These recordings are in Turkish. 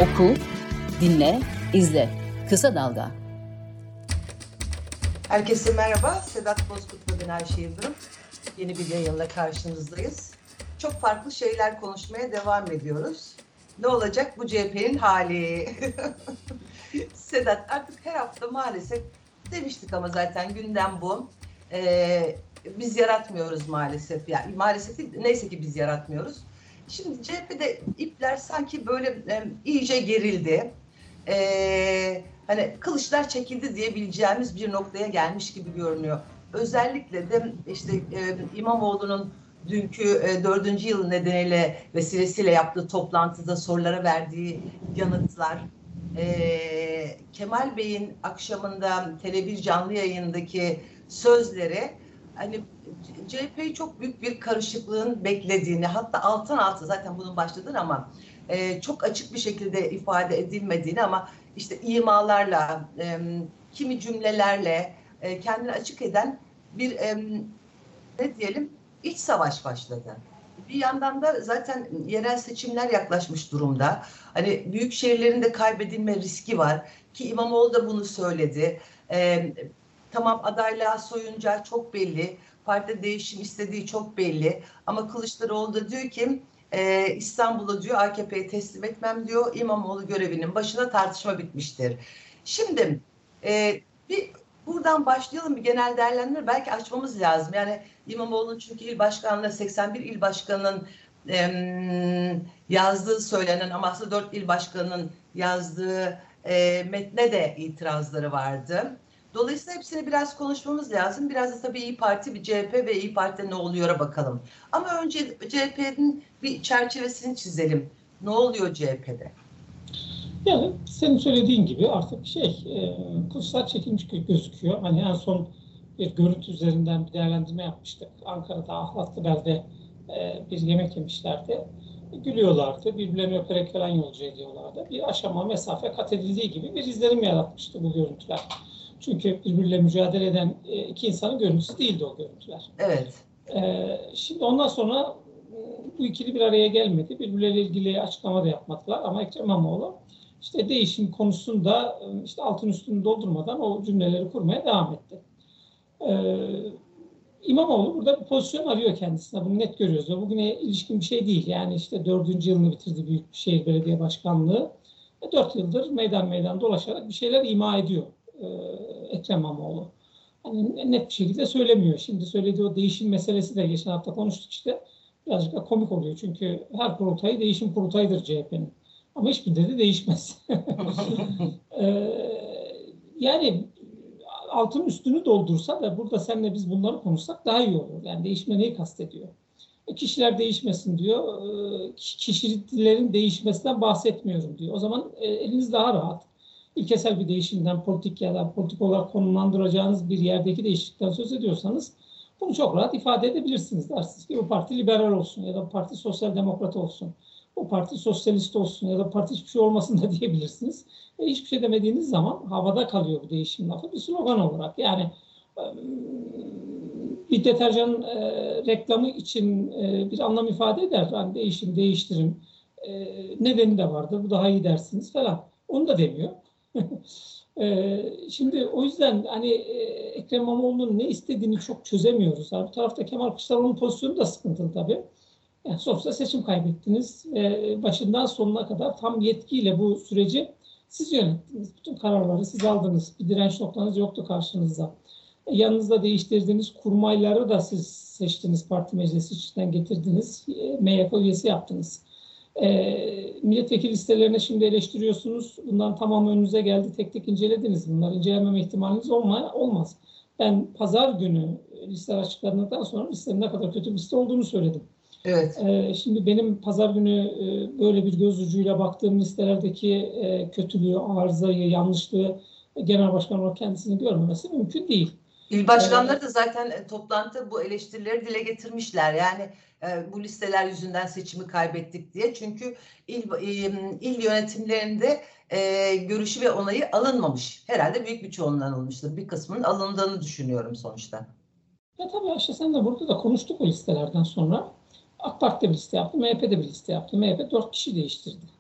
Oku, dinle, izle. Kısa Dalga. Herkese merhaba. Sedat Bozkurt'la ben Ayşe Yıldırım. Yeni bir yayınla karşınızdayız. Çok farklı şeyler konuşmaya devam ediyoruz. Ne olacak bu CHP'nin hali? Sedat, artık her hafta maalesef demiştik ama zaten gündem bu. Biz yaratmıyoruz maalesef. Yani maalesef değil, neyse ki biz yaratmıyoruz. Şimdi CHP'de ipler sanki böyle iyice gerildi. Hani kılıçlar çekildi diyebileceğimiz bir noktaya gelmiş gibi görünüyor. Özellikle de işte İmamoğlu'nun dünkü 4. yıl nedeniyle vesilesiyle yaptığı toplantıda sorulara verdiği yanıtlar, Kemal Bey'in akşamında Tele1 canlı yayındaki sözleri, hani CHP'yi çok büyük bir karışıklığın beklediğini, hatta altın altı zaten bunun başladığını ama çok açık bir şekilde ifade edilmediğini ama işte imalarla, kimi cümlelerle kendini açık eden bir ne diyelim iç savaş başladı. Bir yandan da zaten yerel seçimler yaklaşmış durumda. Hani büyük şehirlerin de kaybedilme riski var ki İmamoğlu da bunu söyledi. Tamam, adaylığa soyunca çok belli. Partide değişim istediği çok belli. Ama Kılıçdaroğlu da diyor ki İstanbul'u diyor AKP'ye teslim etmem diyor. İmamoğlu görevinin başına, tartışma bitmiştir. Şimdi bir buradan başlayalım, bir genel değerlendirme belki açmamız lazım. Yani İmamoğlu'nun çünkü il başkanlığı 81 il başkanının yazdığı söylenen ama aslında 4 il başkanının yazdığı metne de itirazları vardı. Dolayısıyla hepsini biraz konuşmamız lazım. Biraz da tabii İYİ Parti, bir CHP ve İYİ Parti'de ne oluyor'a bakalım. Ama önce CHP'nin bir çerçevesini çizelim. Ne oluyor CHP'de? Yani senin söylediğin gibi artık kılıçlar çekilmiş gözüküyor. Hani en son bir görüntü üzerinden bir değerlendirme yapmıştık. Ankara'da Ahlatlıbel'de bir yemek yemişlerdi. Gülüyorlardı, birbirlerini öperek falan yolcu ediyorlardı. Bir aşama, mesafe kat edildiği gibi bir izlenim yaratmıştı bu görüntüler. Çünkü birbiriyle mücadele eden iki insanın görüntüsü değildi o görüntüler. Evet. Şimdi ondan sonra bu ikili bir araya gelmedi. Birbirleriyle ilgili açıklama da yapmadılar ama Ekrem İmamoğlu işte değişim konusunda işte altın üstünü doldurmadan o cümleleri kurmaya devam etti. İmamoğlu burada bir pozisyon arıyor kendisine. Bunu net görüyoruz. Ve bugüne ilişkin bir şey değil. Yani işte 4. yılını bitirdi Büyükşehir Belediye Başkanlığı. 4 yıldır meydan dolaşarak bir şeyler ima ediyor Ekrem İmamoğlu. Hani net bir şekilde söylemiyor. Şimdi söylediği o değişim meselesi de geçen hafta konuştuk işte. Birazcık da komik oluyor. Çünkü her kurultayı değişim kurultayıdır CHP'nin. Ama hiçbirinde de değişmez. Yani altın üstünü doldursa da burada seninle biz bunları konuşsak daha iyi olur. Yani değişme neyi kastediyor? Kişiler değişmesin diyor. Kişilerin değişmesinden bahsetmiyorum diyor. O zaman eliniz daha rahat. İlkesel bir değişimden, politik ya da politik olarak konumlandıracağınız bir yerdeki değişiklikten söz ediyorsanız bunu çok rahat ifade edebilirsiniz. Dersiniz ki bu parti liberal olsun ya da bu parti sosyal demokrat olsun. Bu parti sosyalist olsun ya da parti hiçbir şey olmasın da diyebilirsiniz. Hiçbir şey demediğiniz zaman havada kalıyor bu değişim lafı bir slogan olarak. Yani bir deterjan reklamı için bir anlam ifade eder. Yani değişim, değiştirin. Nedeni de vardır. Bu daha iyi dersiniz falan. Onu da demiyor. Şimdi o yüzden hani Ekrem İmamoğlu'nun ne istediğini çok çözemiyoruz. Bu tarafta Kemal Kılıçdaroğlu'nun pozisyonu da sıkıntılı tabii. Yani sonuçta seçim kaybettiniz. Başından sonuna kadar tam yetkiyle bu süreci siz yönettiniz. Bütün kararları siz aldınız. Bir direnç noktanız yoktu karşınızda. Yanınızda değiştirdiğiniz kurmayları da siz seçtiniz. Parti meclisi içinden getirdiniz. MYK üyesi yaptınız. Milletvekili listelerine şimdi eleştiriyorsunuz. Bundan tamamı önünüze geldi. Tek tek incelediniz. Bunları incelememe ihtimaliniz olmaz. Ben pazar günü listeler açıklandıktan sonra listenin ne kadar kötü bir liste olduğunu söyledim. Evet. Şimdi benim pazar günü böyle bir göz ucuyla baktığım listelerdeki kötülüğü, arızayı, yanlışlığı genel başkan olarak kendisini görmemesi mümkün değil. İl başkanları da zaten toplantıda bu eleştirileri dile getirmişler. Yani bu listeler yüzünden seçimi kaybettik diye. Çünkü il yönetimlerinde görüşü ve onayı alınmamış. Herhalde büyük bir çoğunluğundan alınmıştır. Bir kısmının alındığını düşünüyorum sonuçta. Ya tabii işte sen de burada da konuştuk o listelerden sonra. AK Parti'de bir liste yaptı, MHP'de bir liste yaptı. MHP 4 kişi değiştirdi.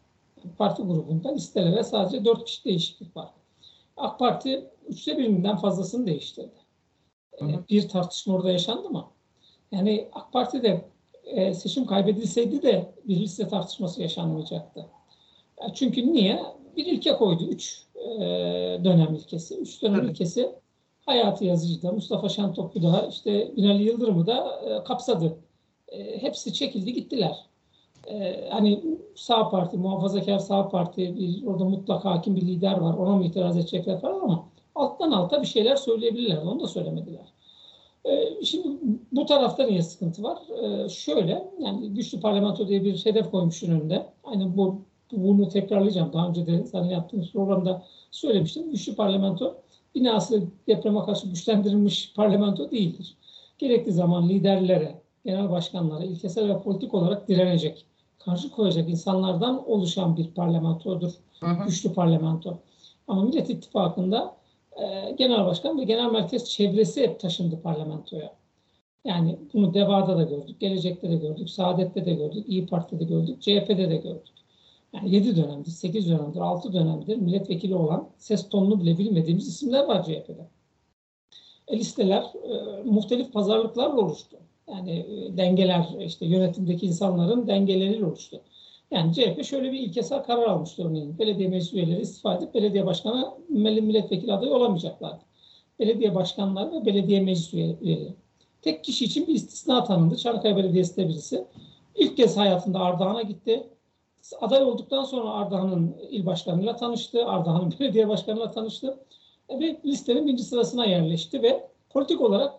Parti grubunda listelere sadece 4 kişi değişiklik var. AK Parti 1/3'ünden fazlasını değiştirdi. Bir tartışma orada yaşandı mı? Yani AK Parti'de seçim kaybedilseydi de bir liste tartışması yaşanmayacaktı. Çünkü niye? Bir ilke koydu. 3 dönem ilkesi. 3 dönem ilkesi Hayati Yazıcı'da, Mustafa Şentoplu'da, işte Binali Yıldırım'ı da kapsadı. Hepsi çekildi gittiler. Hani Sağ Parti, Muhafazakar Sağ Parti, orada mutlak hakim bir lider var. Ona mı itiraz edecekler falan ama alttan alta bir şeyler söyleyebilirler. Onu da söylemediler. Şimdi bu tarafta niye sıkıntı var? Şöyle, yani güçlü parlamento diye bir hedef koymuşsun önünde. Aynen bunu tekrarlayacağım. Daha önce de zaten yaptığımız programda söylemiştim. Güçlü parlamento binası depreme karşı güçlendirilmiş parlamento değildir. Gerekli zaman liderlere, genel başkanlara ilkesel ve politik olarak direnecek, karşı koyacak insanlardan oluşan bir parlamentodur. Güçlü parlamento. Ama Millet İttifakı'nda genel başkan ve genel merkez çevresi hep taşındı parlamentoya. Yani bunu DEVA'da da gördük, Gelecek'te de gördük, Saadet'te de gördük, İYİ Parti'de de gördük, CHP'de de gördük. Yani 7 dönemdir, 8 dönemdir, 6 dönemdir milletvekili olan ses tonunu bile bilmediğimiz isimler var CHP'de. Listeler muhtelif pazarlıklarla oluştu. Yani dengeler, işte yönetimdeki insanların dengeleriyle oluştu. Yani CHP şöyle bir ilkesel karar almıştı örneğin. Belediye meclis üyeleri istifa edip belediye başkanı milletvekili adayı olamayacaklardı. Belediye başkanları ve belediye meclis üyeleri. Tek kişi için bir istisna tanındı. Çankaya Belediyesi'nde birisi. İlk kez hayatında Ardahan'a gitti. Aday olduktan sonra Ardahan'ın il başkanıyla tanıştı. Ardahan'ın belediye başkanıyla tanıştı. Ve listenin 1. sırasına yerleşti ve politik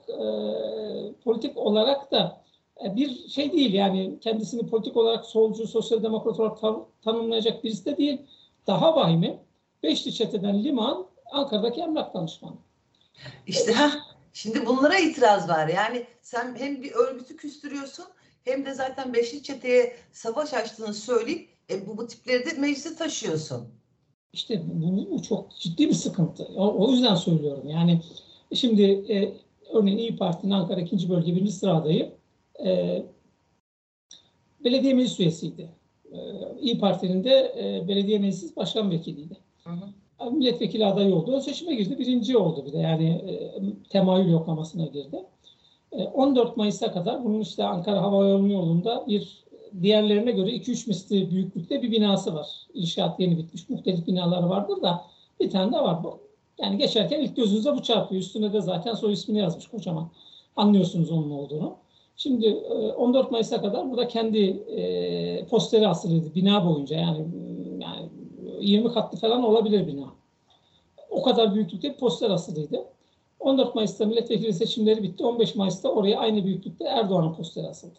olarak da bir şey değil, yani kendisini politik olarak solcu, sosyal demokrat olarak tanımlayacak birisi de değil. Daha vahimi, Beşli Çete'den Liman, Ankara'daki emlak danışmanı. İşte şimdi bunlara itiraz var. Yani sen hem bir örgütü küstürüyorsun hem de zaten Beşli Çete'ye savaş açtığını söyleyip bu tipleri de meclise taşıyorsun. İşte bu çok ciddi bir sıkıntı. O yüzden söylüyorum. Yani şimdi örneğin İYİ Parti'nin Ankara 2. Bölge 1. sıra adayı belediye meclis üyesiydi. İYİ Parti'nin de belediye meclis başkan vekiliydi. Milletvekili adayı oldu. Ön seçime girdi. 1. oldu bir de. Yani temayül yoklamasına girdi. 14 Mayıs'a kadar bunun işte Ankara Hava Yolu'nda bir diğerlerine göre 2-3 misli büyüklükte bir binası var. İnşaat yeni bitmiş. Muhtelif binaları vardır da bir tane de var bu. Yani geçerken ilk gözünüze bu çarpıyor. Üstüne de zaten soy ismini yazmış kocaman. Anlıyorsunuz onun olduğunu. Şimdi 14 Mayıs'a kadar burada kendi posteri asılıydı bina boyunca. Yani 20 katlı falan olabilir bina. O kadar büyüklükte bir poster asılıydı. 14 Mayıs'ta milletvekili seçimleri bitti. 15 Mayıs'ta oraya aynı büyüklükte Erdoğan'ın posteri asıldı.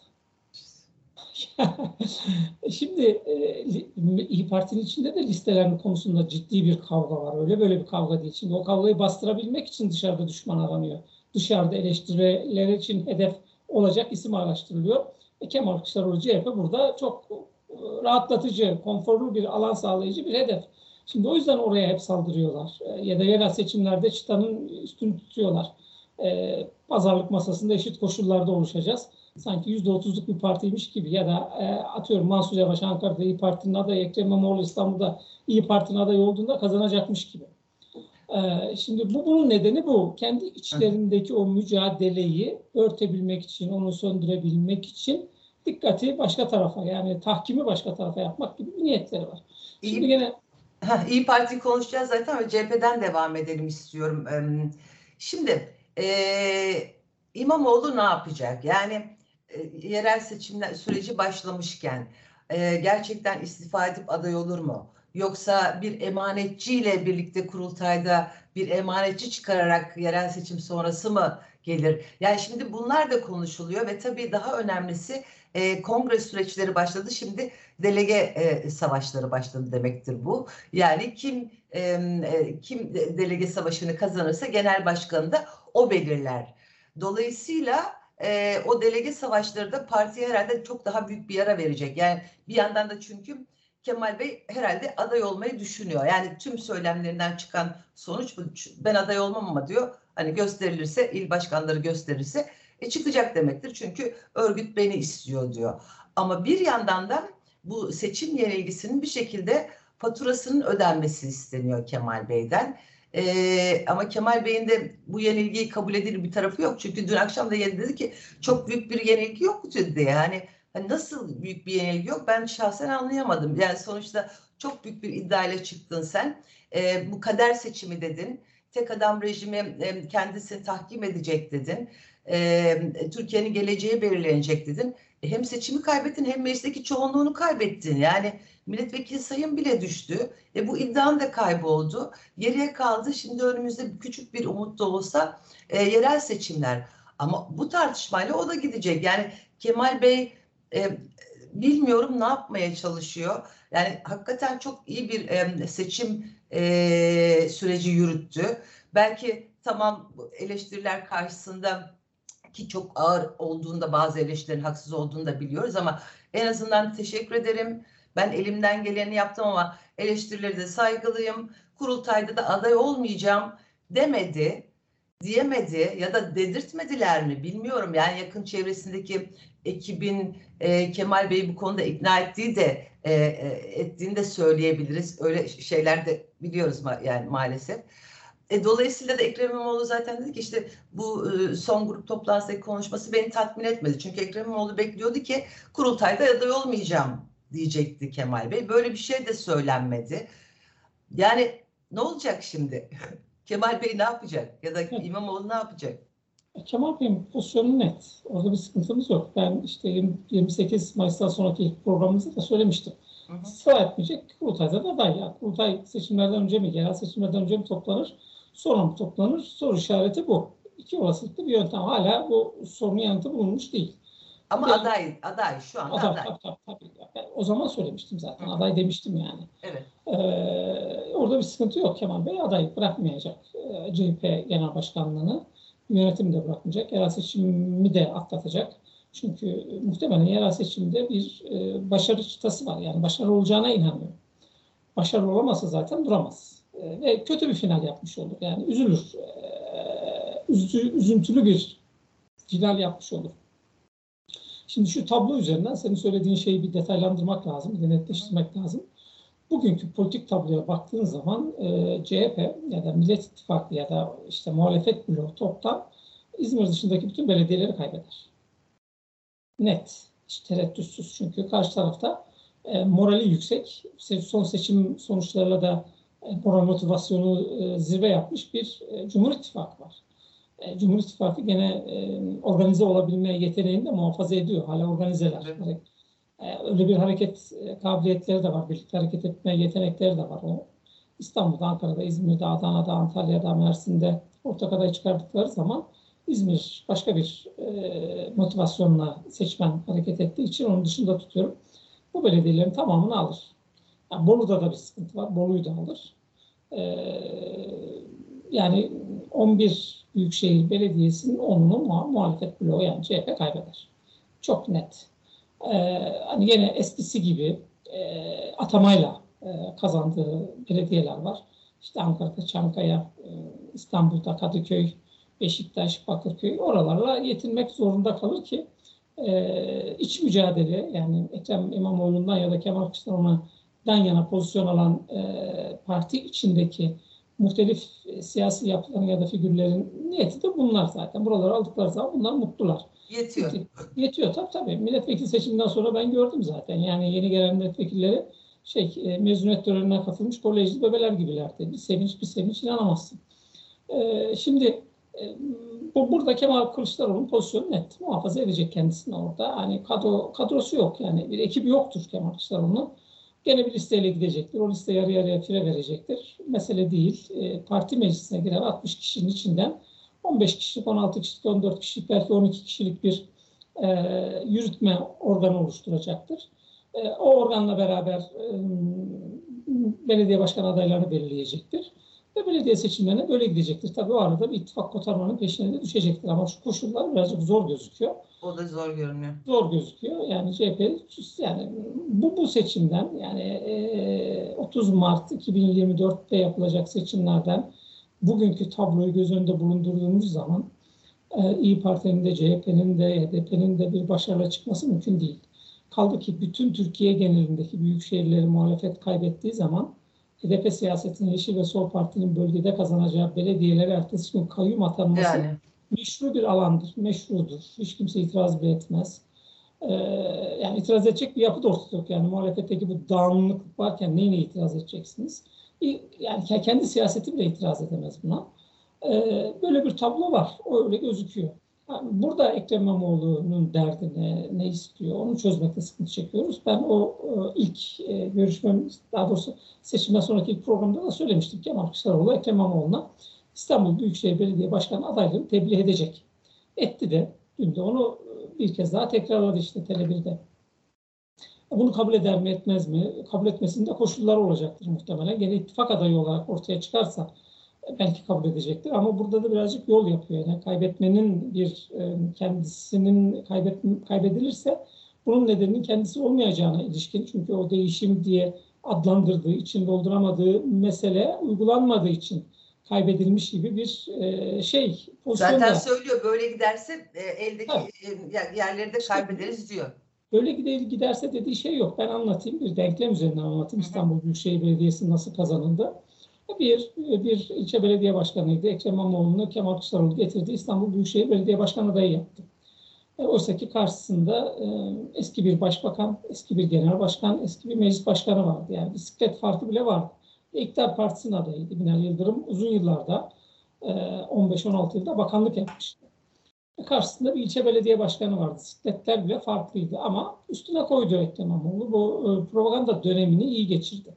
Şimdi İYİ Parti'nin içinde de listelerin konusunda ciddi bir kavga var. Öyle böyle bir kavga değil. Şimdi o kavgayı bastırabilmek için dışarıda düşman aranıyor. Dışarıda eleştiriler için hedef olacak isim araştırılıyor. Kemal Kılıçdaroğlu CHP burada çok rahatlatıcı, konforlu bir alan sağlayıcı bir hedef. Şimdi o yüzden oraya hep saldırıyorlar. Ya da yerel seçimlerde çıtanın üstünü tutuyorlar. Pazarlık masasında eşit koşullarda oluşacağız. Sanki %30'luk bir partiymiş gibi ya da atıyorum Mansur Yavaş Ankara'da İYİ Parti'nin adayı, Ekrem İmamoğlu İstanbul'da İYİ Parti'nin adayı olduğunda kazanacakmış gibi. Şimdi bunun nedeni bu. Kendi içlerindeki o mücadeleyi örtebilmek için, onu söndürebilmek için dikkati başka tarafa, yani tahkimi başka tarafa yapmak gibi bir niyetleri var. Şimdi gene İYİ Parti'yi konuşacağız zaten ve CHP'den devam edelim istiyorum. Şimdi İmamoğlu ne yapacak? Yani yerel seçimler süreci başlamışken gerçekten istifa edip aday olur mu? Yoksa bir emanetçiyle birlikte kurultayda bir emanetçi çıkararak yerel seçim sonrası mı gelir? Yani şimdi bunlar da konuşuluyor ve tabii daha önemlisi kongre süreçleri başladı. Şimdi delege savaşları başladı demektir bu. Yani kim delege savaşını kazanırsa genel başkanı da o belirler. Dolayısıyla o delege savaşları da partiye herhalde çok daha büyük bir yara verecek. Yani bir yandan da çünkü Kemal Bey herhalde aday olmayı düşünüyor. Yani tüm söylemlerinden çıkan sonuç bu. Ben aday olmam ama diyor, hani gösterilirse, il başkanları gösterirse çıkacak demektir. Çünkü örgüt beni istiyor diyor. Ama bir yandan da bu seçim yenilgisinin bir şekilde faturasının ödenmesi isteniyor Kemal Bey'den. Ama Kemal Bey'in de bu yenilgiyi kabul edilir bir tarafı yok. Çünkü dün akşam da dedi ki çok büyük bir yenilgi yok dedi. Yani hani nasıl büyük bir yenilgi yok, ben şahsen anlayamadım. Yani sonuçta çok büyük bir iddiayla çıktın sen. Bu kader seçimi dedin. Tek adam rejimi kendisini tahkim edecek dedin. Türkiye'nin geleceği belirlenecek dedin. Hem seçimi kaybettin hem meclisteki çoğunluğunu kaybettin. Yani milletvekili sayın bile düştü. Bu iddian da kayboldu. Geriye kaldı. Şimdi önümüzde küçük bir umut da olsa yerel seçimler. Ama bu tartışmayla o da gidecek. Yani Kemal Bey bilmiyorum ne yapmaya çalışıyor. Yani hakikaten çok iyi bir seçim süreci yürüttü. Belki tamam, eleştiriler karşısında ki çok ağır olduğunda, bazı eleştirilerin haksız olduğunu da biliyoruz ama en azından teşekkür ederim. Ben elimden geleni yaptım ama eleştirileri de saygılıyım. Kurultayda da aday olmayacağım demedi, diyemedi ya da dedirtmediler mi bilmiyorum. Yani yakın çevresindeki ekibin Kemal Bey'i bu konuda ikna ettiğini de söyleyebiliriz. Öyle şeyler de biliyoruz yani maalesef. Dolayısıyla da Ekrem İmamoğlu zaten dedi ki işte bu son grup toplantısındaki konuşması beni tatmin etmedi. Çünkü Ekrem İmamoğlu bekliyordu ki kurultayda aday olmayacağım diyecekti Kemal Bey. Böyle bir şey de söylenmedi. Yani ne olacak şimdi? Kemal Bey ne yapacak? Ya da İmamoğlu ne yapacak? Kemal Bey'in pozisyonu net. Orada bir sıkıntımız yok. Ben işte 28 Mayıs'tan sonraki programımızda da söylemiştim. İstifa etmeyecek, kurultayda da aday. Ya. Kurultay seçimlerden önce mi, yerel seçimlerden önce mi toplanır, sonra mı toplanır? Soru işareti bu. İki olasılıklı bir yöntem. Hala bu sorunun yanıtı bulunmuş değil. Ama aday şu anda aday. Tabii. Ben o zaman söylemiştim zaten. Aday demiştim yani. Evet. Orada bir sıkıntı yok. Kemal Bey aday bırakmayacak. CHP Genel Başkanlığı'nı yönetim de bırakmayacak. Yerel seçimi de atlatacak. Çünkü muhtemelen yerel seçimde bir başarı çıtası var. Yani başarılı olacağına inanıyorum. Başarılı olamazsa zaten duramaz. Ve kötü bir final yapmış olur. Yani üzülür. Üzüntülü bir final yapmış olur. Şimdi şu tablo üzerinden senin söylediğin şeyi bir detaylandırmak lazım, bir de netleştirmek lazım. Bugünkü politik tabloya baktığın zaman CHP ya da Millet İttifakı ya da işte muhalefet bloğu toptan İzmir dışındaki bütün belediyeleri kaybeder. Net, hiç tereddütsüz, çünkü karşı tarafta morali yüksek, son seçim sonuçlarıyla da moral motivasyonu zirve yapmış bir Cumhur İttifakı var. Cumhur İttifakı gene organize olabilme yeteneğini de muhafaza ediyor. Hala organizeler. Evet. Öyle bir hareket kabiliyetleri de var. Birlikte hareket etme yetenekleri de var. O İstanbul'da, Ankara'da, İzmir'de, Adana'da, Antalya'da, Mersin'de ortak aday çıkardıkları zaman İzmir başka bir motivasyonla seçmen hareket ettiği için onu dışında tutuyorum. Bu belediyelerin tamamını alır. Yani Bolu'da da bir sıkıntı var. Bolu'yu da alır. Yani 11 Büyükşehir Belediyesi'nin 10'unu muhalefet bloğu yani CHP kaybeder. Çok net. Hani yine eskisi gibi atamayla kazandığı belediyeler var. İşte Ankara'da Çankaya, İstanbul'da Kadıköy, Beşiktaş, Bakırköy, oralarla yetinmek zorunda kalır ki iç mücadele, yani Ekrem İmamoğlu'ndan ya da Kemal Kılıçdaroğlu'ndan yana pozisyon alan parti içindeki muhtelif siyasi yapıların ya da figürlerin niyeti de bunlar zaten. Buraları aldıkları zaman bunlar mutlular. Yetiyor. Yetiyor tabii. Milletvekili seçiminden sonra ben gördüm zaten. Yani yeni gelen milletvekilleri mezuniyet törenine katılmış kolejli bebeler gibilerdi. Bir sevinç inanamazsın. Şimdi burada Kemal Kılıçdaroğlu'nun pozisyonu net. Muhafaza edecek kendisini orada. Hani kadrosu yok yani. Bir ekibi yoktur Kemal Kılıçdaroğlu'nun. Gene bir listeyle gidecektir. O liste yarı yarıya fire verecektir. Mesele değil. Parti meclisine giren 60 kişinin içinden 15 kişilik, 16 kişilik, 14 kişilik, belki 12 kişilik bir yürütme organı oluşturacaktır. O organla beraber belediye başkan adaylarını belirleyecektir. Ve belediye seçimlerine böyle gidecektir. Tabii o arada bir ittifak kotarmanın peşine de düşecektir. Ama şu koşullar birazcık zor gözüküyor. O da zor görünüyor. Zor gözüküyor. Yani CHP yani bu seçimden, yani 30 Mart 2024'te yapılacak seçimlerden bugünkü tabloyu göz önünde bulundurduğumuz zaman İYİ Parti'nin de CHP'nin de HDP'nin de bir başarıyla çıkması mümkün değil. kaldı ki bütün Türkiye genelindeki büyük şehirleri muhalefet kaybettiği zaman HDP siyasetinin, Yeşil ve Sol Parti'nin bölgede kazanacağı belediyelere ertesi gün kayyum atanması Yani meşru bir alandır, meşrudur. Hiç kimse itiraz bile etmez. Yani itiraz edecek bir yapı da ortada yok. Yani muhalefetteki bu dağınıklık varken neyine itiraz edeceksiniz? Yani kendi siyaseti bile itiraz edemez buna. Böyle bir tablo var. O öyle gözüküyor. Yani burada Ekrem İmamoğlu'nun derdi ne istiyor? Onu çözmekte sıkıntı çekiyoruz. Ben o ilk görüşmem, daha doğrusu seçimden sonraki ilk programda da söylemiştim. Kemal Kılıçdaroğlu Ekrem İmamoğlu'na İstanbul Büyükşehir Belediye Başkanı adaylarını tebliğ edecek. Etti de. Dün de onu bir kez daha tekrarladı işte Tele1'de. Bunu kabul eder mi etmez mi? Kabul etmesinde koşulları olacaktır muhtemelen. Gene ittifak adayı olarak ortaya çıkarsa belki kabul edecektir. Ama burada da birazcık yol yapıyor. Yani kaybetmenin kendisinin kaybedilirse bunun nedeninin kendisi olmayacağına ilişkin. Çünkü o değişim diye adlandırdığı, için dolduramadığı mesele uygulanmadığı için kaybedilmiş gibi bir pozisyonda. Zaten söylüyor böyle giderse eldeki yerleri de kaybederiz diyor. Böyle giderse dediği şey yok. Ben anlatayım, bir denklem üzerinden anlatayım. İstanbul Büyükşehir Belediyesi nasıl kazanıldı. Bir ilçe belediye başkanıydı. Ekrem İmamoğlu'nu Kemal Kılıçdaroğlu getirdi. İstanbul Büyükşehir Belediye Başkanı adayı yaptı. Oysa ki karşısında eski bir başbakan, eski bir genel başkan, eski bir meclis başkanı vardı. Yani bisiklet farkı bile vardı. İktidar Partisi'nin adayıydı. Binali Yıldırım uzun yıllarda 15-16 yılda bakanlık yapmıştı. Karşısında bir ilçe belediye başkanı vardı. Sikletler bile farklıydı ama üstüne koydu Ekrem İmamoğlu. Bu propaganda dönemini iyi geçirdi.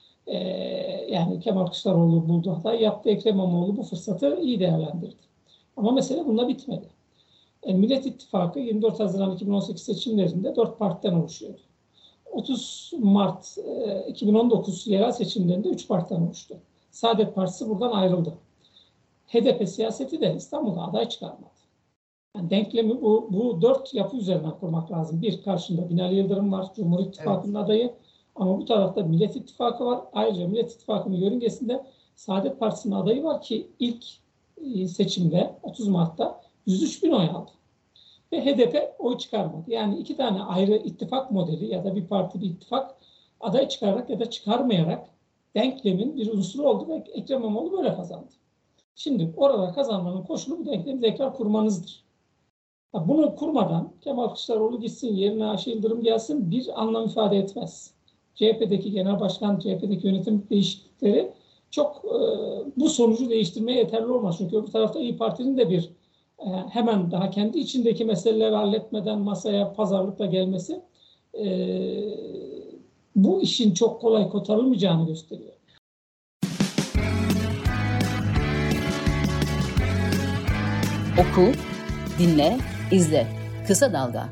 Yani Kemal Kılıçdaroğlu buldu hata yaptı. Ekrem İmamoğlu bu fırsatı iyi değerlendirdi. Ama mesele bununla bitmedi. Millet İttifakı 24 Haziran 2018 seçimlerinde 4 partiden oluşuyordu. 30 Mart 2019 yerel seçimlerinde 3 partiden oluştu. Saadet Partisi buradan ayrıldı. HDP siyaseti de İstanbul'da aday çıkarmadı. Yani denklemi bu 4 yapı üzerinden kurmak lazım. Bir, karşında Binali Yıldırım var, Cumhur İttifakı'nın adayı. Ama bu tarafta Millet İttifakı var. Ayrıca Millet İttifakı'nın yörüngesinde Saadet Partisi'nin adayı var ki ilk seçimde 30 Mart'ta 103 bin oy aldı. Ve HDP oy çıkarmadı. Yani 2 tane ayrı ittifak modeli ya da bir parti bir ittifak aday çıkararak ya da çıkarmayarak denklemin bir unsuru oldu ve Ekrem İmamoğlu böyle kazandı. Şimdi orada kazanmanın koşulu bu denklemi tekrar kurmanızdır. Bunu kurmadan Kemal Kılıçdaroğlu gitsin, yerine Ayşe Yıldırım gelsin bir anlam ifade etmez. CHP'deki genel başkan, CHP'deki yönetim değişiklikleri çok bu sonucu değiştirmeye yeterli olmaz. Çünkü öbür tarafta İYİ Parti'nin de bir hemen daha kendi içindeki meseleleri halletmeden masaya pazarlıkla gelmesi bu işin çok kolay kotarılmayacağını gösteriyor. Oku, dinle, izle. Kısa Dalga.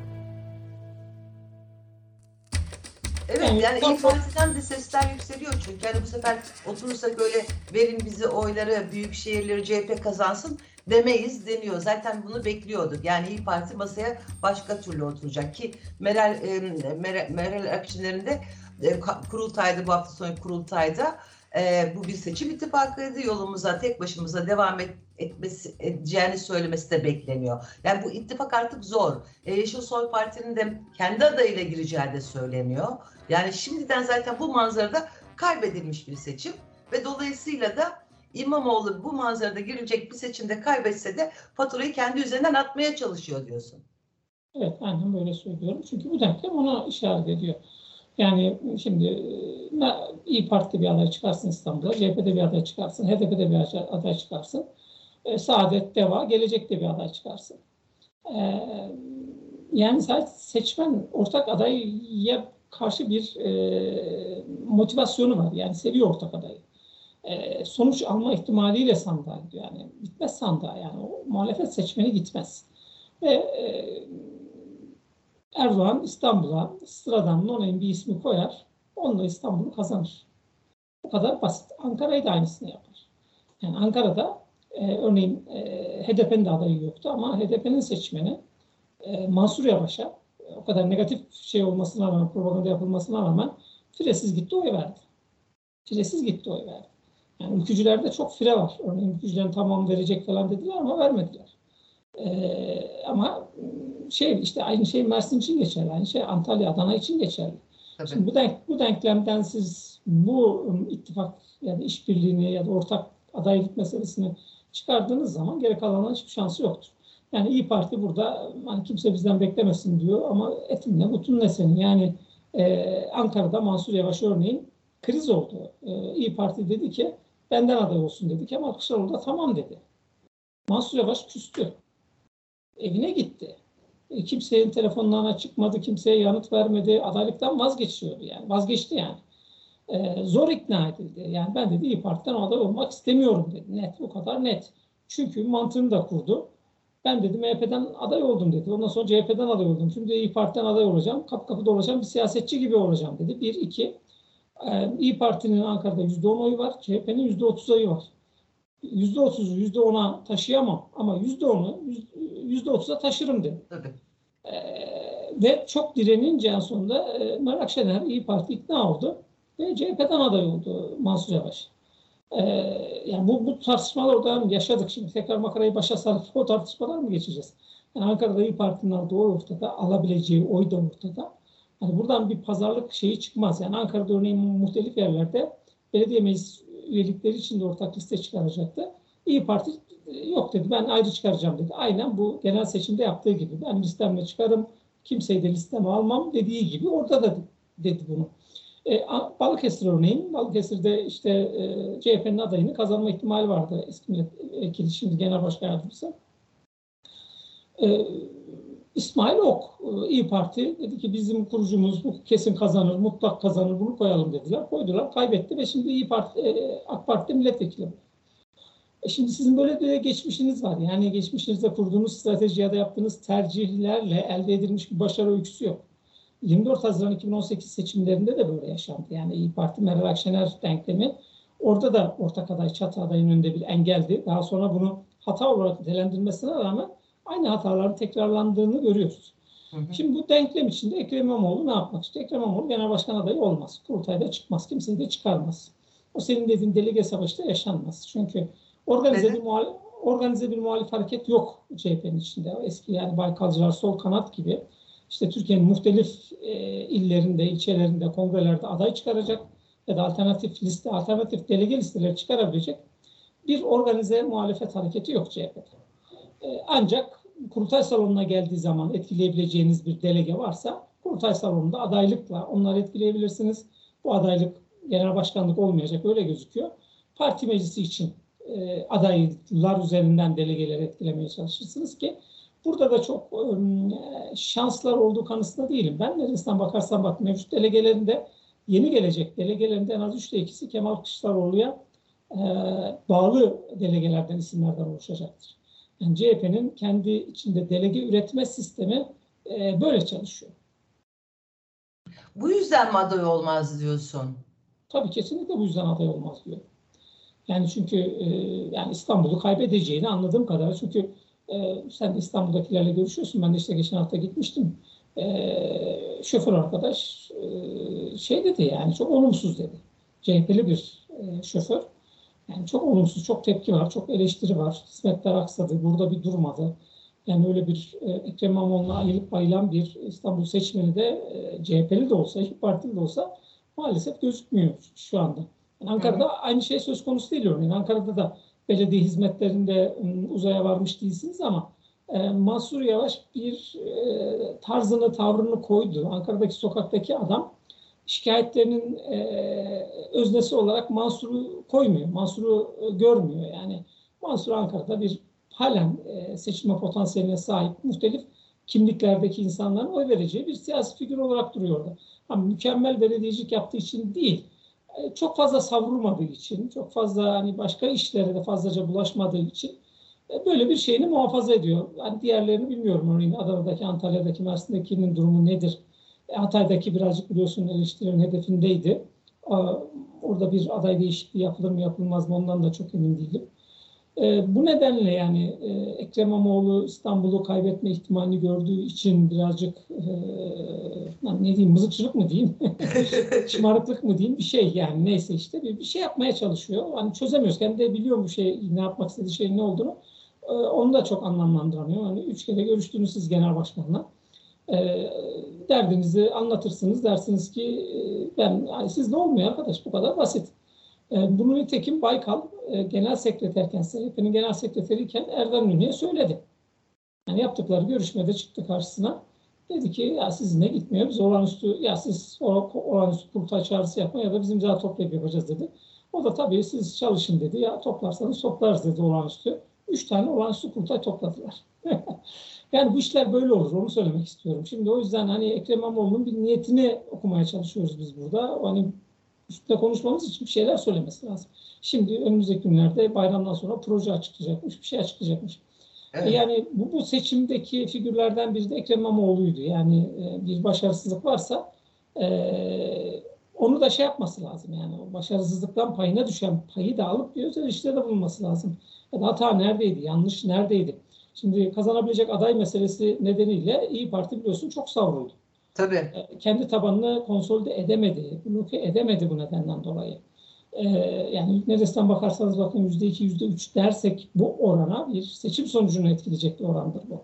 Evet yani İYİ Parti'den de sesler yükseliyor çünkü yani bu sefer oturursak öyle verin bizi oyları, büyük şehirleri CHP kazansın demeyiz deniyor. Zaten bunu bekliyorduk. Yani İYİ Parti masaya başka türlü oturacak ki Meral Akşener'in de kurultayda, bu hafta sonu kurultayda bu bir seçim ittifakıydı. Yolumuza tek başımıza devam edeceğini söylemesi de bekleniyor. Yani bu ittifak artık zor. Yeşil Sol Parti'nin de kendi adayıyla gireceği de söyleniyor. Yani şimdiden zaten bu manzarada kaybedilmiş bir seçim ve dolayısıyla da İmamoğlu bu manzarada girilecek bir seçimde kaybetse de faturayı kendi üzerinden atmaya çalışıyor diyorsun. Evet, aynen böyle söylüyorum. Çünkü bu denklem ona işaret ediyor. Yani şimdi İYİ Parti'de bir aday çıkarsın İstanbul'da, CHP'de bir aday çıkarsın, HDP'de bir aday çıkarsın, Saadet, DEVA, Gelecek'te bir aday çıkarsın. Yani sadece seçmen ortak adaya karşı bir motivasyonu var. Yani seviyor ortak adayı. Sonuç alma ihtimaliyle sandığa gidiyor. Yani gitmez sandığa. Yani o muhalefet seçmeni gitmez. Ve Erdoğan İstanbul'a sıradan no-name bir ismi koyar. Onunla İstanbul'u kazanır. Bu kadar basit. Ankara'yı da aynısını yapar. Yani Ankara'da örneğin HDP'nin de adayı yoktu ama HDP'nin seçmeni Mansur Yavaş'a o kadar negatif şey olmasına rağmen, propaganda yapılmasına rağmen firesiz gitti oy verdi. Firesiz gitti oy verdi. Yani ülkücülerde çok fire var. Örneğin ülkücülerin tamamı verecek falan dediler ama vermediler. Ama işte aynı şey Mersin için geçerli, aynı şey Antalya, Adana için geçerli. Tabii. Şimdi bu denklemden siz bu ittifak ya da işbirliğini ya da ortak adaylık meselesini çıkardığınız zaman geri kalanların hiçbir şansı yoktur. Yani İYİ Parti burada hani kimse bizden beklemesin diyor ama etin ne butun ne senin. Yani Ankara'da Mansur Yavaş örneğin kriz oldu. İYİ Parti dedi ki benden aday olsun dedi. Kemal Kılıçdaroğlu da tamam dedi. Mansur Yavaş küstü. Evine gitti. Kimsenin telefonlarına çıkmadı, kimseye yanıt vermedi. Adaylıktan vazgeçiyordu yani. Vazgeçti yani. Zor ikna edildi. Yani ben dedi İYİ Parti'den aday olmak istemiyorum dedi. Net, o kadar net. Çünkü mantığını da kurdu. Ben dedi MHP'den aday oldum dedi. Ondan sonra CHP'den aday oldum. Şimdi İYİ Parti'den aday olacağım. Kapı dolaşan bir siyasetçi gibi olacağım dedi. Bir, iki. İYİ Parti'nin Ankara'da %10 oyu var. CHP'nin %30 oyu var. %30'u %10'a taşıyamam ama %10'u %30'a taşırım dedi. Tabii. Ve çok direnince en sonunda Meral Akşener İYİ Parti ikna oldu ve CHP'den aday oldu Mansur Yavaş. Yani bu tartışmalar orada yaşadık. Şimdi tekrar makarayı başa sarıp o tartışmalar mı geçeceğiz? Yani Ankara'da İYİ Parti'nin aldığı oy ortada, alabileceği oy da ortada. Yani buradan bir pazarlık şeyi çıkmaz. Yani Ankara'da örneğin muhtelif yerlerde belediye meclis üyelikleri için de ortak liste çıkaracaktı. İYİ Parti yok dedi. Ben ayrı çıkaracağım dedi. Aynen bu genel seçimde yaptığı gibi. Ben listemle çıkarım. Kimseyi de listeme almam dediği gibi orada da dedi bunu. Balıkesir örneğin. Balıkesir'de işte CHP'nin adayını kazanma ihtimali vardı. Eski milletvekili, şimdi genel başkan yardımcısı. İsmail Ok, İYİ Parti dedi ki bizim kurucumuz bu kesin kazanır, mutlak kazanır, bunu koyalım dediler. Koydular, kaybetti ve şimdi İYİ Parti, AK Parti'de milletvekili. Şimdi sizin böyle bir geçmişiniz var. Yani geçmişinizde kurduğunuz strateji ya da yaptığınız tercihlerle elde edilmiş bir başarı öyküsü yok. 24 Haziran 2018 seçimlerinde de böyle yaşandı. Yani İYİ Parti Meral Akşener denklemi orada da ortak aday, çatı adayın önünde bir engeldi. Daha sonra bunu hata olarak nitelendirmesine rağmen aynı hataların tekrarlandığını görüyoruz. Şimdi bu denklem içinde Ekrem İmamoğlu ne yapmak istiyor? Ekrem İmamoğlu genel başkan adayı olmaz. Kurultayda çıkmaz. Kimseyi de çıkarmaz. O senin dediğin delege savaşı da yaşanmaz. Çünkü organize bir muhalif hareket yok CHP'nin içinde. Eski yani Baykalcılar, sol kanat gibi işte Türkiye'nin muhtelif illerinde, ilçelerinde, kongrelerde aday çıkaracak ya da alternatif delege listeleri çıkarabilecek bir organize muhalefet hareketi yok CHP'de. Ancak kurultay salonuna geldiği zaman etkileyebileceğiniz bir delege varsa kurultay salonunda adaylıkla onları etkileyebilirsiniz. Bu adaylık genel başkanlık olmayacak, öyle gözüküyor. Parti meclisi için adaylar üzerinden delegeleri etkilemeye çalışırsınız ki burada da çok şanslar olduğu kanısında değilim. Ben neresinden bakarsan bak mevcut delegelerinde yeni gelecek delegelerinde en az 3'te 2'si Kemal Kılıçdaroğlu'ya bağlı delegelerden, isimlerden oluşacaktır. Yani CHP'nin kendi içinde delege üretme sistemi böyle çalışıyor. Bu yüzden mi aday olmaz diyorsun? Tabii kesinlikle bu yüzden aday olmaz diyor. Yani çünkü yani İstanbul'u kaybedeceğini anladığım kadar. Çünkü sen de İstanbul'dakilerle görüşüyorsun. Ben de işte geçen hafta gitmiştim. Şoför arkadaş şey dedi yani çok olumsuz dedi. CHP'li bir şoför. Yani çok olumsuz, çok tepki var, çok eleştiri var. Hizmetler aksadı, burada bir durmadı. Yani öyle bir Ekrem İmamoğlu'na ayılıp bayılan bir İstanbul seçmeni de CHP'li de olsa, İYİ Partili de olsa maalesef gözükmüyor şu anda. Yani Ankara'da aynı şey söz konusu değil örneğin. Ankara'da da belediye hizmetlerinde uzaya varmış değilsiniz ama Mansur Yavaş bir tarzını, tavrını koydu. Ankara'daki sokaktaki adam şikayetlerinin öznesi olarak Mansur'u koymuyor. Mansur'u görmüyor. Yani Mansur Ankara'da bir halen seçilme potansiyeline sahip muhtelif kimliklerdeki insanların oy vereceği bir siyasi figür olarak duruyor orada. Ama mükemmel belediyecilik yaptığı için değil, çok fazla savrulmadığı için, çok fazla hani başka işlere de fazlaca bulaşmadığı için böyle bir şeyini muhafaza ediyor. Yani diğerlerini bilmiyorum. Örneğin Adana'daki, Antalya'daki, Mersin'dekinin durumu nedir? Hatay'daki birazcık biliyorsun eleştirilerin hedefindeydi. Orada bir aday değişikliği yapılır mı yapılmaz mı ondan da çok emin değilim. Bu nedenle yani Ekrem İmamoğlu İstanbul'u kaybetme ihtimalini gördüğü için birazcık ne diyeyim mızıkçılık mı diyeyim şımarıklık mı diyeyim bir şey yani neyse işte bir şey yapmaya çalışıyor. Hani çözemiyoruz. Kendi de biliyor bu şey ne yapmak istediği şeyin ne olduğunu. onu da çok anlamlandıramıyorum. Hani 3 kere görüştünüz siz genel başkanla. Derdinizi anlatırsınız. Dersiniz ki yani siz ne olmuyor arkadaş, bu kadar basit. Bunu nitekim Baykal genel sekreterken, SHP'nin genel sekreteriyken Erdem Ünlü'ye söyledi. Yani yaptıkları görüşmede çıktı karşısına. Dedi ki ya sizinle gitmiyor. Biz olağanüstü, ya siz olağanüstü kurultay çağrısı yapma ya da biz imza toplayıp yapacağız dedi. O da tabii siz çalışın dedi. Ya toplarsanız toplarız dedi olağanüstü. 3 tane olağanüstü kurultay topladılar. Yani bu işler böyle olur. Onu söylemek istiyorum. Şimdi o yüzden hani Ekrem İmamoğlu'nun bir niyetini okumaya çalışıyoruz biz burada. Hani üstüne konuşmamız için bir şeyler söylemesi lazım. Şimdi önümüzdeki günlerde bayramdan sonra proje açıklayacakmış, bir şey açıklayacakmış. Evet. Yani bu seçimdeki figürlerden biri de Ekrem İmamoğlu'ydu. Yani bir başarısızlık varsa onu da şey yapması lazım. Yani o başarısızlıktan payına düşen payı da alıp bir özel işlerde bulunması lazım. Ya da hata neredeydi, yanlış neredeydi? Şimdi kazanabilecek aday meselesi nedeniyle İYİ Parti biliyorsun çok savruldu. Tabii. Kendi tabanını konsolide edemedi, bloke edemedi bu nedenden dolayı. Yani neresinden bakarsanız bakın %2, %3 dersek bu orana bir seçim sonucunu etkileyecek bir orandır bu.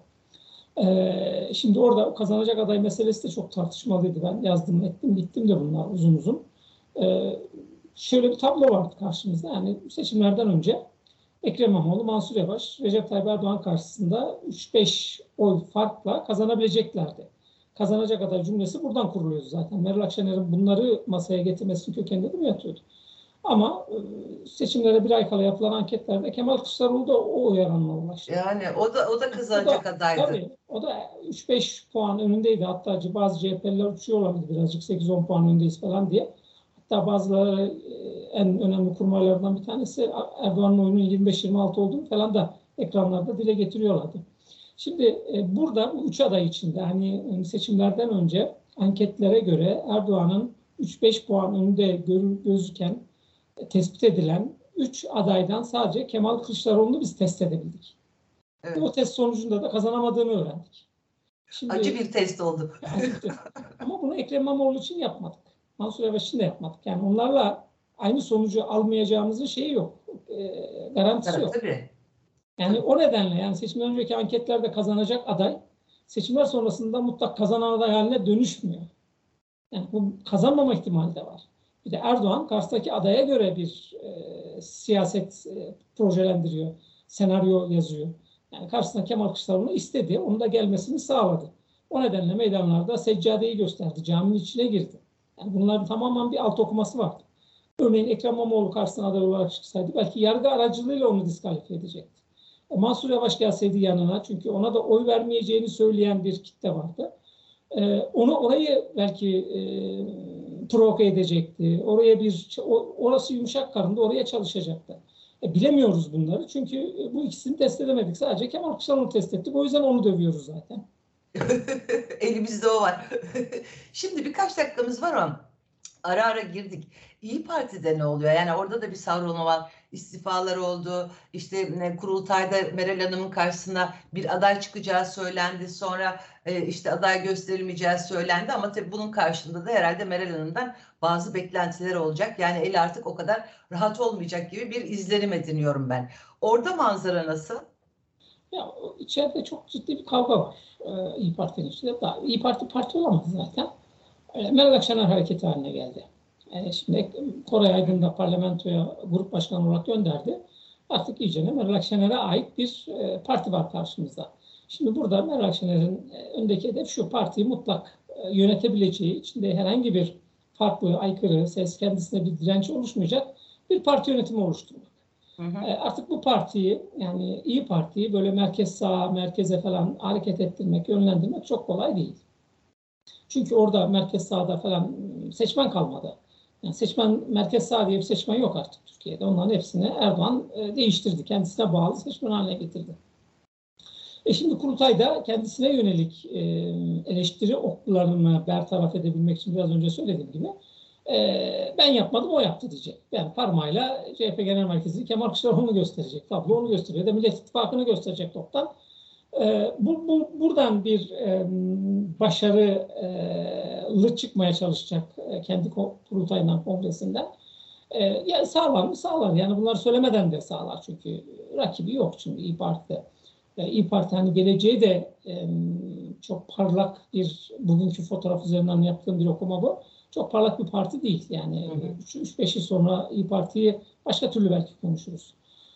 Şimdi orada kazanacak aday meselesi de çok tartışmalıydı. Ben yazdım, ettim, gittim de bunlar uzun uzun. Şöyle bir tablo vardı karşımızda. Yani seçimlerden önce Ekrem İmamoğlu, Mansur Yavaş, Recep Tayyip Erdoğan karşısında 3-5 oy farkla kazanabileceklerdi. Kazanacak aday cümlesi buradan kuruluyordu zaten. Meral Akşener'in bunları masaya getirmesinin kökeninde de mi yatıyordu? Ama seçimlere bir ay kala yapılan anketlerde Kemal Kılıçdaroğlu da o oy oranına ulaştı. Yani o da kazanacak adaydı. Tabii, o da 3-5 puan önündeydi. Hatta bazı CHP'liler uçuyorlardı birazcık 8-10 puan önündeyiz falan diye. Hatta bazıları en önemli kurmaylardan bir tanesi Erdoğan'ın oyunun 25-26 olduğunu falan da ekranlarda dile getiriyorlardı. Şimdi burada bu 3 aday içinde hani seçimlerden önce anketlere göre Erdoğan'ın 3-5 puan önünde gözüken, tespit edilen 3 adaydan sadece Kemal Kılıçdaroğlu'nu biz test edebildik. Evet. O test sonucunda da kazanamadığını öğrendik. Şimdi, acı bir test oldu. Ama bunu Ekrem İmamoğlu için yapmadık. Mansur Yavaş için de yapmadık. Yani onlarla aynı sonucu almayacağımızın şeyi yok. Garantisi yok. Tabii. Yani o nedenle yani seçimden önceki anketlerde kazanacak aday seçimler sonrasında mutlak kazanan aday haline dönüşmüyor. Yani bu kazanmama ihtimali de var. Bir de Erdoğan karşıdaki adaya göre bir siyaset projelendiriyor, senaryo yazıyor. Yani karşısına Kemal Kılıçdaroğlu istedi, onun da gelmesini sağladı. O nedenle meydanlarda seccadeyi gösterdi, caminin içine girdi. Yani bunların tamamen bir alt okuması vardı. Örneğin Ekrem İmamoğlu karşısına aday olarak çıksaydı belki yargı aracılığıyla onu diskalifiye edecekti. Mansur Yavaş gelseydi yanına, çünkü ona da oy vermeyeceğini söyleyen bir kitle vardı. Orayı belki provoke edecekti. Orası yumuşak karındı, oraya çalışacaktı. Bilemiyoruz bunları çünkü bu ikisini test edemedik. Sadece Kemal Kılıçdaroğlu'nu test ettik. O yüzden onu dövüyoruz zaten. Elimizde o var. Şimdi birkaç dakikamız var ama ara ara girdik. İYİ Parti'de ne oluyor? Yani orada da bir savrulma var. İstifalar oldu. İşte kurultayda Meral Hanım'ın karşısına bir aday çıkacağı söylendi. Sonra işte aday gösterilmeyeceği söylendi. Ama tabii bunun karşılığında da herhalde Meral Hanım'dan bazı beklentiler olacak. Yani el artık o kadar rahat olmayacak gibi bir izlenim ediniyorum ben. Orada manzara nasıl? Ya içeride çok ciddi bir kavga var. İYİ Parti'nin içinde. İYİ Parti olamaz zaten. Meral Akşener hareketi haline geldi. Şimdi Koray Aydın da parlamentoya grup başkanı olarak gönderdi. Artık iyice Meral Akşener'e ait bir parti var karşımızda. Şimdi burada Meral Akşener'in öndeki hedef şu: partiyi mutlak yönetebileceği, içinde herhangi bir farklı, aykırı, ses kendisine bir direnç oluşmayacak bir parti yönetimi oluşturmak. Hı hı. Artık bu partiyi, yani İYİ Parti'yi böyle merkez sağa, merkeze falan hareket ettirmek, yönlendirmek çok kolay değil. Çünkü orada merkez sağda falan seçmen kalmadı. Yani seçmen, merkez sağ diye bir seçmen yok artık Türkiye'de. Onların hepsini Erdoğan değiştirdi. Kendisine bağlı seçmen haline getirdi. Şimdi kurultayda kendisine yönelik eleştiri oklarını bertaraf edebilmek için biraz önce söylediğim gibi ben yapmadım, o yaptı diyecek. Yani parmağıyla CHP Genel Merkezi Kemal Kılıçdaroğlu'nu gösterecek. Tablo onu gösteriyor. Da Millet İttifakı'nı gösterecek toptan. Buradan bir başarılı çıkmaya çalışacak kendi kurultayından, kongresinden. Yani sağlar mı? Sağlar. Yani bunları söylemeden de sağlar. Çünkü rakibi yok şimdi İYİ Parti'de. İYİ Parti hani geleceği de çok parlak bir, bugünkü fotoğraf üzerinden yaptığım bir okuma bu. Çok parlak bir parti değil. Yani 3-5 yıl sonra İYİ Parti'yi başka türlü belki konuşuruz.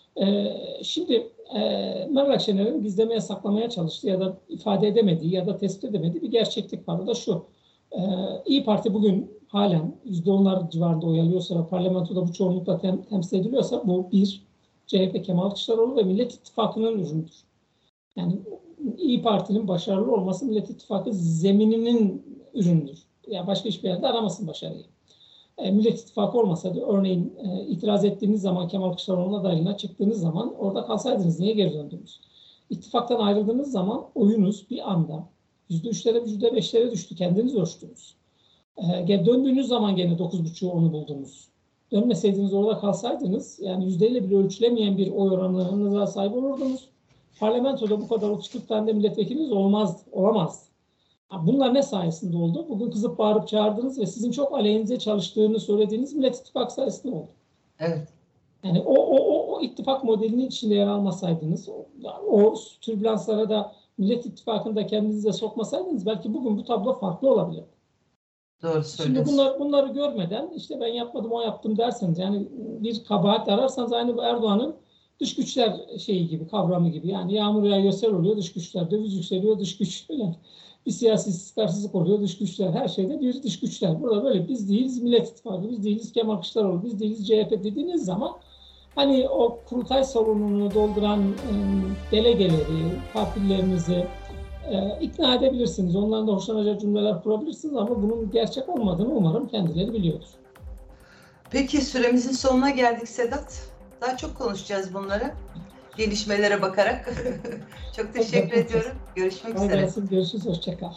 Şimdi Meral Akşener'in gizlemeye, saklamaya çalıştığı ya da ifade edemediği ya da tespit edemediği bir gerçeklik var. O da şu. İYİ Parti bugün halen %10'lar civarında oy alıyorsa ve parlamentoda bu çoğunlukla temsil ediliyorsa bu bir CHP Kemal Kılıçdaroğlu ve Millet İttifakı'nın ürünüdür. Yani İYİ Parti'nin başarılı olması Millet İttifakı zemininin ürünüdür. Yani başka hiçbir yerde aramasın başarıyı. Millet İttifakı olmasaydı örneğin itiraz ettiğiniz zaman Kemal Kılıçdaroğlu'nun adaylığına çıktığınız zaman orada kalsaydınız niye geri döndünüz? İttifaktan ayrıldığınız zaman oyunuz bir anda %3'lere %5'lere düştü. Kendiniz ölçtünüz. Döndüğünüz zaman gene 9,5'u 10'u buldunuz. Dönmeseydiniz orada kalsaydınız yani yüzdeyle bile ölçülemeyen bir oy oranına sahip olurdunuz. Parlamentoda bu kadar 30-40 tane de milletvekiliniz olamazdı. Bunlar ne sayesinde oldu? Bugün kızıp bağırıp çağırdınız ve sizin çok aleyhinize çalıştığını söylediğiniz Millet İttifakı sayesinde oldu. Evet. Yani o ittifak modelinin içinde yer almasaydınız, o türbülanslara da Millet İttifakı'nda kendinize sokmasaydınız belki bugün bu tablo farklı olabilir. Doğru söylüyorsun. Şimdi bunları görmeden işte ben yapmadım o yaptım derseniz yani bir kabahat ararsanız aynı bu Erdoğan'ın dış güçler şeyi gibi, kavramı gibi. Yani yağmur yağıyor, sel oluyor, dış güçler. Döviz yükseliyor, dış güçler. Bir siyasi istikrarsızlık oluyor, dış güçler. Her şeyde bir dış güçler. Burada böyle biz değiliz Millet İttifakı, biz değiliz Kemal Kılıçdaroğlu, biz değiliz CHP dediğiniz zaman hani o kurultay salonunu dolduran delegeleri, partillerinizi ikna edebilirsiniz. Onların da hoşlanacağı cümleler kurabilirsiniz ama bunun gerçek olmadığını umarım kendileri biliyordur. Peki süremizin sonuna geldik Sedat. Daha çok konuşacağız bunları. Gelişmelere bakarak. Çok teşekkür ediyorum. Görüşmek üzere. Görüşürüz. Hoşça kal.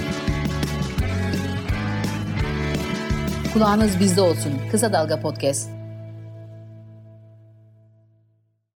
Kulağınız bizde olsun. Kısa Dalga Podcast.